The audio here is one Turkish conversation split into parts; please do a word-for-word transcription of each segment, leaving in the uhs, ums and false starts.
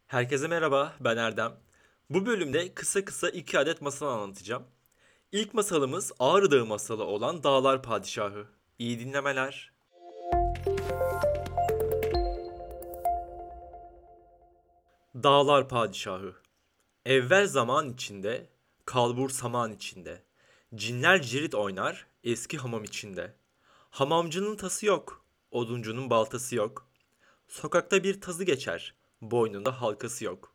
Herkese merhaba, ben Erdem. Bu bölümde kısa kısa iki adet masal anlatacağım. İlk masalımız Ağrı Dağı masalı olan Dağlar Padişahı. İyi dinlemeler. Dağlar Padişahı. Evvel zaman içinde, kalbur saman içinde. Cinler cirit oynar eski hamam içinde. Hamamcının tası yok, oduncunun baltası yok. Sokakta bir tazı geçer, boynunda halkası yok.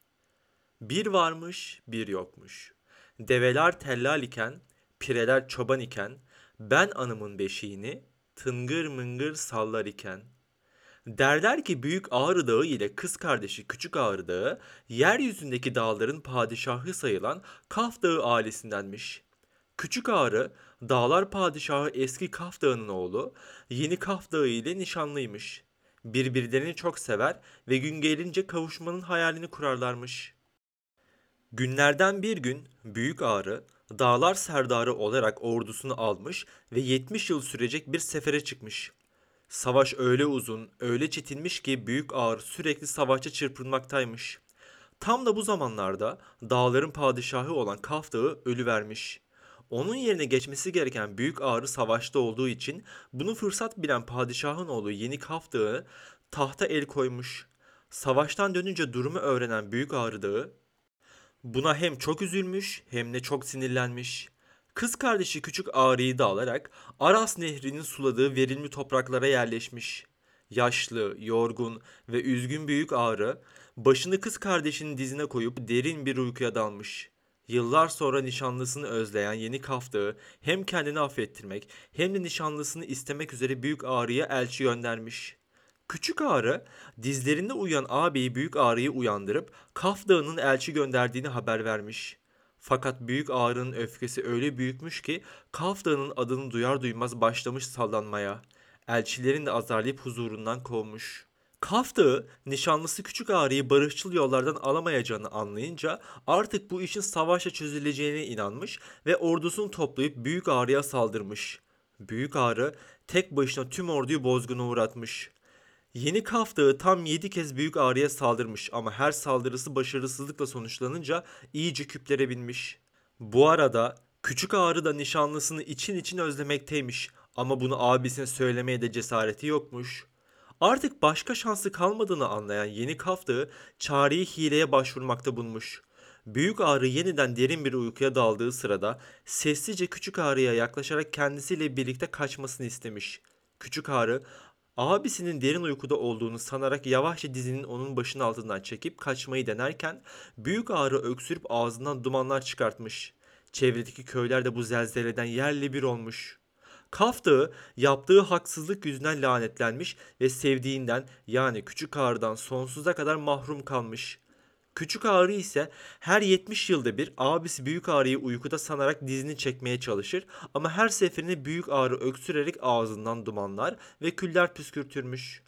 Bir varmış, bir yokmuş. Develer tellal iken, pireler çoban iken, ben anamın beşiğini tıngır mıngır sallar iken. Derler ki Büyük Ağrı Dağı ile kız kardeşi Küçük Ağrı Dağı, yeryüzündeki dağların padişahı sayılan Kaf Dağı ailesindenmiş. Küçük Ağrı, dağlar padişahı eski Kaf Dağı'nın oğlu, yeni Kaf Dağı ile nişanlıymış. Birbirlerini çok sever ve gün gelince kavuşmanın hayalini kurarlarmış. Günlerden bir gün Büyük Ağrı dağlar serdarı olarak ordusunu almış ve yetmiş yıl sürecek bir sefere çıkmış. Savaş öyle uzun, öyle çetinmiş ki Büyük Ağrı sürekli savaşta çırpınmaktaymış. Tam da bu zamanlarda dağların padişahı olan Kaf Dağı ölüvermiş. Onun yerine geçmesi gereken Büyük Ağrı savaşta olduğu için bunu fırsat bilen padişahın oğlu Yeni Kaf Dağı tahta el koymuş. Savaştan dönünce durumu öğrenen Büyük Ağrı Dağı buna hem çok üzülmüş hem de çok sinirlenmiş. Kız kardeşi küçük Ağrı'yı da alarak Aras Nehri'nin suladığı verimli topraklara yerleşmiş. Yaşlı, yorgun ve üzgün büyük Ağrı başını kız kardeşinin dizine koyup derin bir uykuya dalmış. Yıllar sonra nişanlısını özleyen yeni Kaftağı hem kendini affettirmek hem de nişanlısını istemek üzere büyük Ağrı'ya elçi göndermiş. Küçük Ağrı dizlerinde uyuyan ağabeyi Büyük Ağrı'yı uyandırıp Kaf Dağı'nın elçi gönderdiğini haber vermiş. Fakat Büyük Ağrı'nın öfkesi öyle büyükmüş ki Kaf Dağı'nın adını duyar duymaz başlamış sallanmaya. Elçilerin de azarlayıp huzurundan kovmuş. Kaf Dağı nişanlısı Küçük Ağrı'yı barışçıl yollardan alamayacağını anlayınca artık bu işin savaşla çözüleceğine inanmış ve ordusunu toplayıp Büyük Ağrı'ya saldırmış. Büyük Ağrı tek başına tüm orduyu bozguna uğratmış. Yeni Kaf Dağı tam yedi kez Büyük Ağrı'ya saldırmış ama her saldırısı başarısızlıkla sonuçlanınca iyice küplere binmiş. Bu arada Küçük Ağrı da nişanlısını için için özlemekteymiş ama bunu abisine söylemeye de cesareti yokmuş. Artık başka şansı kalmadığını anlayan Yeni Kaf Dağı çareyi hileye başvurmakta bulmuş. Büyük Ağrı yeniden derin bir uykuya daldığı sırada sessizce Küçük Ağrı'ya yaklaşarak kendisiyle birlikte kaçmasını istemiş. Küçük Ağrı abisinin derin uykuda olduğunu sanarak yavaşça dizinin onun başının altından çekip kaçmayı denerken Büyük Ağrı öksürüp ağzından dumanlar çıkartmış. Çevredeki köyler de bu zelzeleden yerle bir olmuş. Kaf Dağı yaptığı haksızlık yüzünden lanetlenmiş ve sevdiğinden yani Küçük Ağrı'dan sonsuza kadar mahrum kalmış. Küçük Ağrı ise her yetmiş yılda bir abisi Büyük Ağrı'yı uykuda sanarak dizini çekmeye çalışır ama her seferinde Büyük Ağrı öksürerek ağzından dumanlar ve küller püskürtürmüş.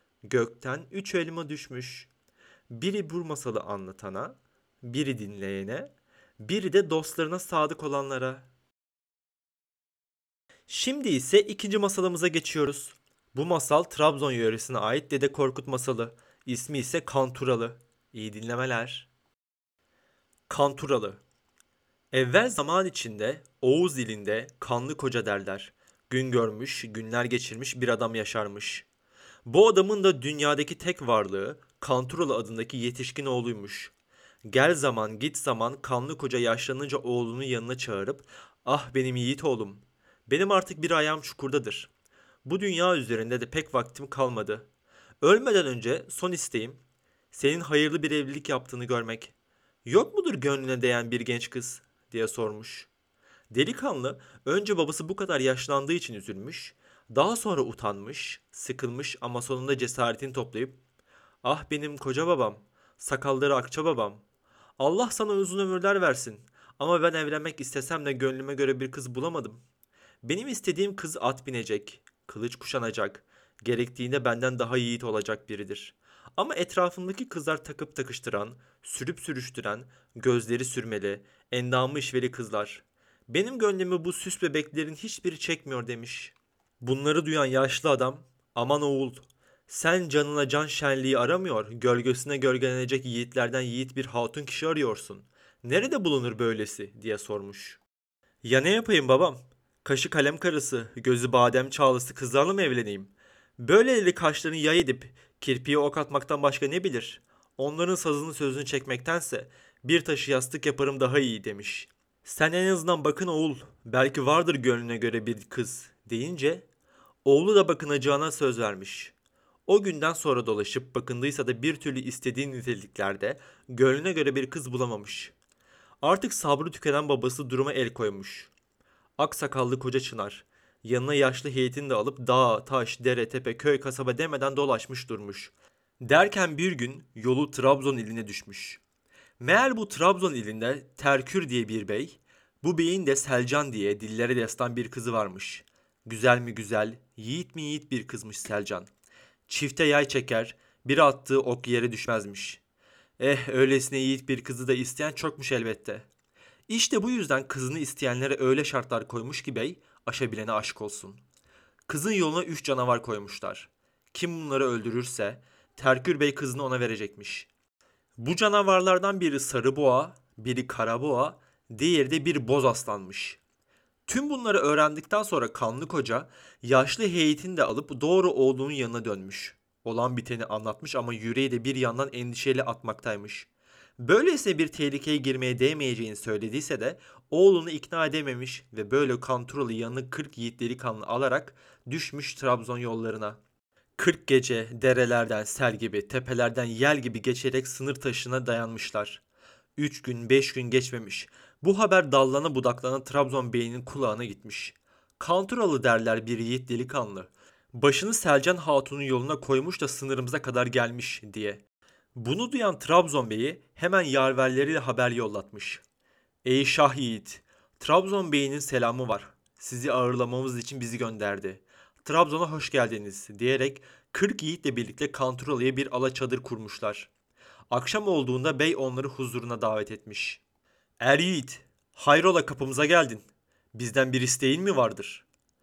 Gökten üç elma düşmüş. Biri bu masalı anlatana, biri dinleyene, biri de dostlarına sadık olanlara. Şimdi ise ikinci masalımıza geçiyoruz. Bu masal Trabzon yöresine ait Dede Korkut masalı. İsmi ise Kanturalı. İyi dinlemeler. Kanturalı. Evvel zaman içinde Oğuz ilinde kanlı koca derler. Gün görmüş, günler geçirmiş bir adam yaşarmış. Bu adamın da dünyadaki tek varlığı Kanturalı adındaki yetişkin oğluymuş. Gel zaman git zaman kanlı koca yaşlanınca oğlunu yanına çağırıp ah benim yiğit oğlum, benim artık bir ayağım çukurdadır. Bu dünya üzerinde de pek vaktim kalmadı. Ölmeden önce son isteğim senin hayırlı bir evlilik yaptığını görmek. Yok mudur gönlüne değen bir genç kız diye sormuş. Delikanlı önce babası bu kadar yaşlandığı için üzülmüş, daha sonra utanmış, sıkılmış ama sonunda cesaretini toplayıp "Ah benim koca babam, sakalları akça babam. Allah sana uzun ömürler versin. Ama ben evlenmek istesem de gönlüme göre bir kız bulamadım. Benim istediğim kız at binecek, kılıç kuşanacak, gerektiğinde benden daha yiğit olacak biridir. Ama etrafımdaki kızlar takıp takıştıran, sürüp sürüştüren, gözleri sürmeli, endamı işveli kızlar. Benim gönlümü bu süs bebeklerin hiçbiri çekmiyor demiş. Bunları duyan yaşlı adam, aman oğul, Sen canına can şenliği aramıyor, gölgesine gölgelenecek yiğitlerden yiğit bir hatun kişi arıyorsun. Nerede bulunur böylesi diye sormuş. Ya ne yapayım babam? Kaşı kalem karısı, gözü badem çağlısı kızlarla mı evleneyim? Böyleleri kaşlarını yay edip kirpiye ok atmaktan başka ne bilir? Onların sazını sözünü çekmektense bir taşı yastık yaparım daha iyi demiş. Sen en azından bakın oğul, belki vardır gönlüne göre bir kız deyince oğlu da bakınacağına söz vermiş. O günden sonra dolaşıp bakındıysa da bir türlü istediği niteliklerde gönlüne göre bir kız bulamamış. Artık sabrı tükenen babası duruma el koymuş. Aksakallı koca Çınar, yanına yaşlı heyetini de alıp dağ, taş, dere, tepe, köy, kasaba demeden dolaşmış durmuş. Derken bir gün yolu Trabzon iline düşmüş. Meğer bu Trabzon ilinde Terkür diye bir bey, bu beyin de Selcan diye dillere destan bir kızı varmış. Güzel mi güzel, yiğit mi yiğit bir kızmış Selcan. Çifte yay çeker, biri attığı ok yere düşmezmiş. Eh öylesine yiğit bir kızı da isteyen çokmuş elbette. İşte bu yüzden kızını isteyenlere öyle şartlar koymuş ki bey, aşabilene aşk olsun. Kızın yoluna üç canavar koymuşlar. Kim bunları öldürürse Terkür Bey kızını ona verecekmiş. Bu canavarlardan biri sarı boğa, biri kara boğa, diğeri de bir boz aslanmış. Tüm bunları öğrendikten sonra kanlı koca yaşlı heyetini de alıp doğru oğlunun yanına dönmüş. Olan biteni anlatmış ama yüreği de bir yandan endişeyle atmaktaymış. Böylesine bir tehlikeye girmeye değmeyeceğini söylediyse de oğlunu ikna edememiş ve böyle Kanturalı yanına kırk yiğit delikanlı alarak düşmüş Trabzon yollarına. Kırk gece derelerden sel gibi, tepelerden yel gibi geçerek sınır taşına dayanmışlar. Üç gün, beş gün geçmemiş. Bu haber dallana budaklana Trabzon beyinin kulağına gitmiş. Kanturalı derler bir yiğit delikanlı. Başını Selcan Hatun'un yoluna koymuş da sınırımıza kadar gelmiş diye. Bunu duyan Trabzon beyi hemen yaverleriyle haber yollatmış. Ey şah yiğit, Trabzon beyinin selamı var. Sizi ağırlamamız için bizi gönderdi. Trabzon'a hoş geldiniz diyerek kırk yiğitle birlikte Kanturalı'ya bir ala çadır kurmuşlar. Akşam olduğunda bey onları huzuruna davet etmiş. Er yiğit, hayrola kapımıza geldin. Bizden bir isteğin mi vardır?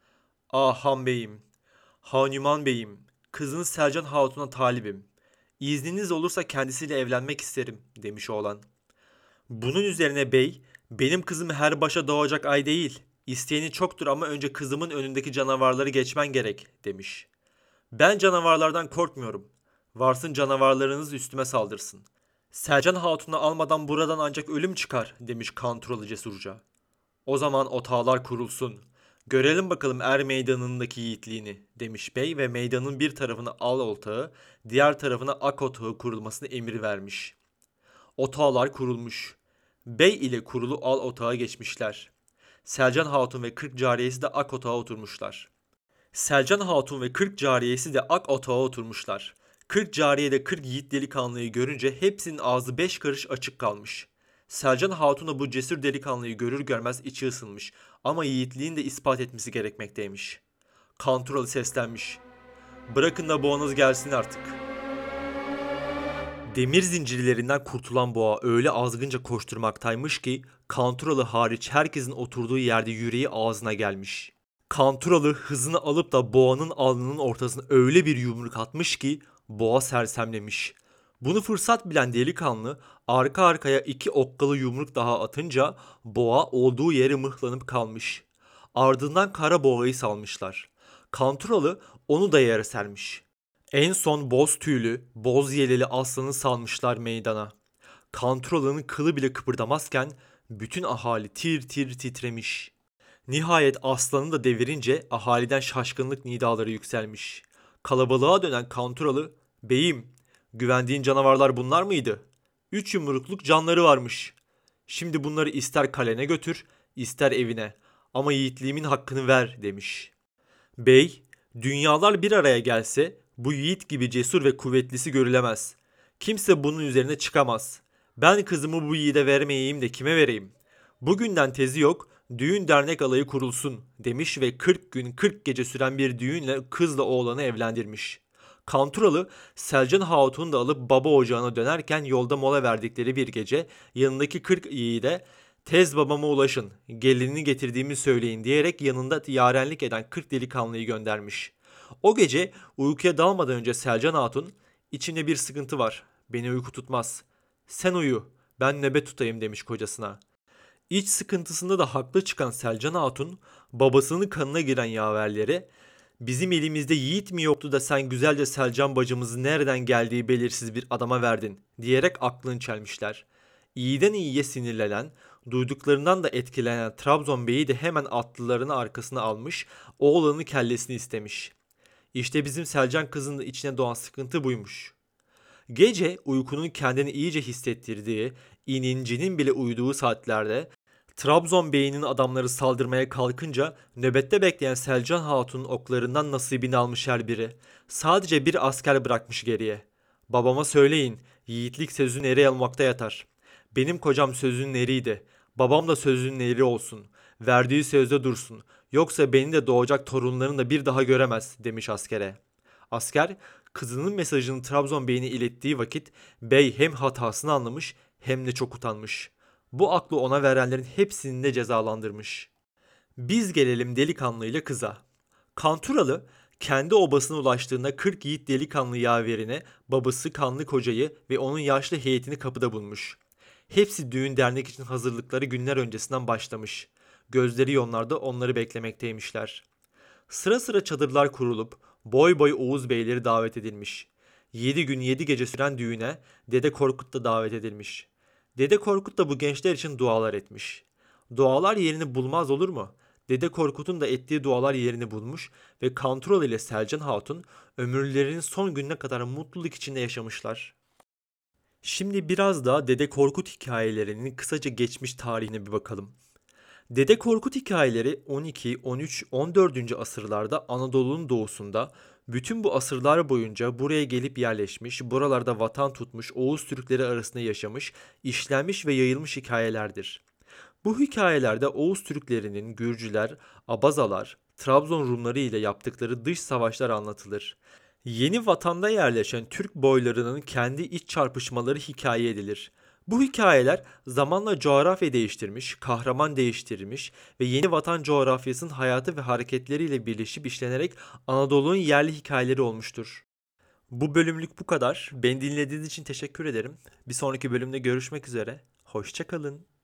Ah Han beyim, Hanuman beyim, kızınız Selcan Hatun'a talibim. İzniniz olursa kendisiyle evlenmek isterim demiş oğlan. Bunun üzerine bey, benim kızım her başa doğacak ay değil. İsteyeni çoktur ama önce kızımın önündeki canavarları geçmen gerek demiş. Ben canavarlardan korkmuyorum. Varsın canavarlarınız üstüme saldırsın. Selcan Hatun'u almadan buradan ancak ölüm çıkar demiş Kanturalı cesurca. O zaman otağlar kurulsun. Görelim bakalım er meydanındaki yiğitliğini demiş bey ve meydanın bir tarafına al otağı, diğer tarafına ak otağı kurulmasını emir vermiş. Otağlar kurulmuş. Bey ile kurulu al otağa geçmişler. Selcan Hatun ve kırk cariyesi de ak otağa oturmuşlar. Selcan Hatun ve kırk cariyesi de ak otağa oturmuşlar. Kırk cariye de kırk yiğit delikanlıyı görünce hepsinin ağzı beş karış açık kalmış. Selcan Hatun da bu cesur delikanlıyı görür görmez içi ısınmış ama yiğitliğini de ispat etmesi gerekmekteymiş. Kanturalı seslenmiş. Bırakın da boğanız gelsin artık. Demir zincirlerinden kurtulan boğa öyle azgınca koşturmaktaymış ki Kanturalı hariç herkesin oturduğu yerde yüreği ağzına gelmiş. Kanturalı hızını alıp da boğanın alnının ortasına öyle bir yumruk atmış ki boğa sersemlemiş. Bunu fırsat bilen delikanlı arka arkaya iki okkalı yumruk daha atınca boğa olduğu yere mıhlanıp kalmış. Ardından kara boğayı salmışlar. Kanturalı onu da yere sermiş. En son boz tüylü, boz yeleli aslanı salmışlar meydana. Kanturalı'nın kılı bile kıpırdamazken bütün ahali tir tir titremiş. Nihayet aslanı da devirince ahaliden şaşkınlık nidaları yükselmiş. Kalabalığa dönen Kanturalı, "Beyim, güvendiğin canavarlar bunlar mıydı? Üç yumrukluk canları varmış. Şimdi bunları ister kalene götür, ister evine. Ama yiğitliğimin hakkını ver." demiş. Bey, "Dünyalar bir araya gelse bu yiğit gibi cesur ve kuvvetlisi görülemez. Kimse bunun üzerine çıkamaz. Ben kızımı bu yiğide vermeyeyim de kime vereyim? Bugünden tezi yok, düğün dernek alayı kurulsun." demiş ve kırk gün kırk gece süren bir düğünle kızla oğlanı evlendirmiş. Kanturalı Selcan Hatun'u da alıp baba ocağına dönerken yolda mola verdikleri bir gece yanındaki kırk yiğide "Tez babama ulaşın, gelinini getirdiğimi söyleyin" diyerek yanında yarenlik eden kırk delikanlıyı göndermiş. O gece uykuya dalmadan önce Selcan Hatun, içimde bir sıkıntı var, beni uyku tutmaz. Sen uyu, ben nöbet tutayım demiş kocasına. İç sıkıntısında da haklı çıkan Selcan Hatun, babasının kanına giren yaverlere, bizim elimizde yiğit mi yoktu da sen güzelce Selcan bacımızı nereden geldiği belirsiz bir adama verdin diyerek aklını çelmişler. İyiden iyiye sinirlenen, duyduklarından da etkilenen Trabzon Bey'i de hemen atlılarını arkasına almış, oğlanın kellesini istemiş. İşte bizim Selcan kızının içine doğan sıkıntı buymuş. Gece uykunun kendini iyice hissettirdiği, inincinin bile uyuduğu saatlerde Trabzon Bey'inin adamları saldırmaya kalkınca nöbette bekleyen Selcan Hatun'un oklarından nasibini almış her biri. Sadece bir asker bırakmış geriye. Babama söyleyin, yiğitlik sözün eri almakta yatar. Benim kocam sözünün eriydi. Babam da sözünün eri olsun. Verdiği sözde dursun. Yoksa beni de doğacak torunlarını da bir daha göremez demiş askere. Asker kızının mesajını Trabzon Bey'ine ilettiği vakit bey hem hatasını anlamış hem de çok utanmış. Bu aklı ona verenlerin hepsini de cezalandırmış. Biz gelelim delikanlıyla kıza. Kanturalı kendi obasına ulaştığında kırk yiğit delikanlı yaverine babası kanlı kocayı ve onun yaşlı heyetini kapıda bulmuş. Hepsi düğün dernek için hazırlıkları günler öncesinden başlamış. Gözleri yollarda onları beklemekteymişler. Sıra sıra çadırlar kurulup boy boy Oğuz beyleri davet edilmiş. Yedi gün yedi gece süren düğüne Dede Korkut da davet edilmiş. Dede Korkut da bu gençler için dualar etmiş. Dualar yerini bulmaz olur mu? Dede Korkut'un da ettiği dualar yerini bulmuş ve Kantural ile Selcan Hatun ömürlerinin son gününe kadar mutluluk içinde yaşamışlar. Şimdi biraz daha Dede Korkut hikayelerinin kısaca geçmiş tarihine bir bakalım. Dede Korkut hikayeleri on iki, on üç, on dördüncü asırlarda Anadolu'nun doğusunda bütün bu asırlar boyunca buraya gelip yerleşmiş, buralarda vatan tutmuş Oğuz Türkleri arasında yaşamış, işlenmiş ve yayılmış hikayelerdir. Bu hikayelerde Oğuz Türklerinin Gürcüler, Abazalar, Trabzon Rumları ile yaptıkları dış savaşlar anlatılır. Yeni vatanda yerleşen Türk boylarının kendi iç çarpışmaları hikaye edilir. Bu hikayeler zamanla coğrafya değiştirmiş, kahraman değiştirmiş ve yeni vatan coğrafyasının hayatı ve hareketleriyle birleşip işlenerek Anadolu'nun yerli hikayeleri olmuştur. Bu bölümlük bu kadar. Beni dinlediğiniz için teşekkür ederim. Bir sonraki bölümde görüşmek üzere. Hoşça kalın.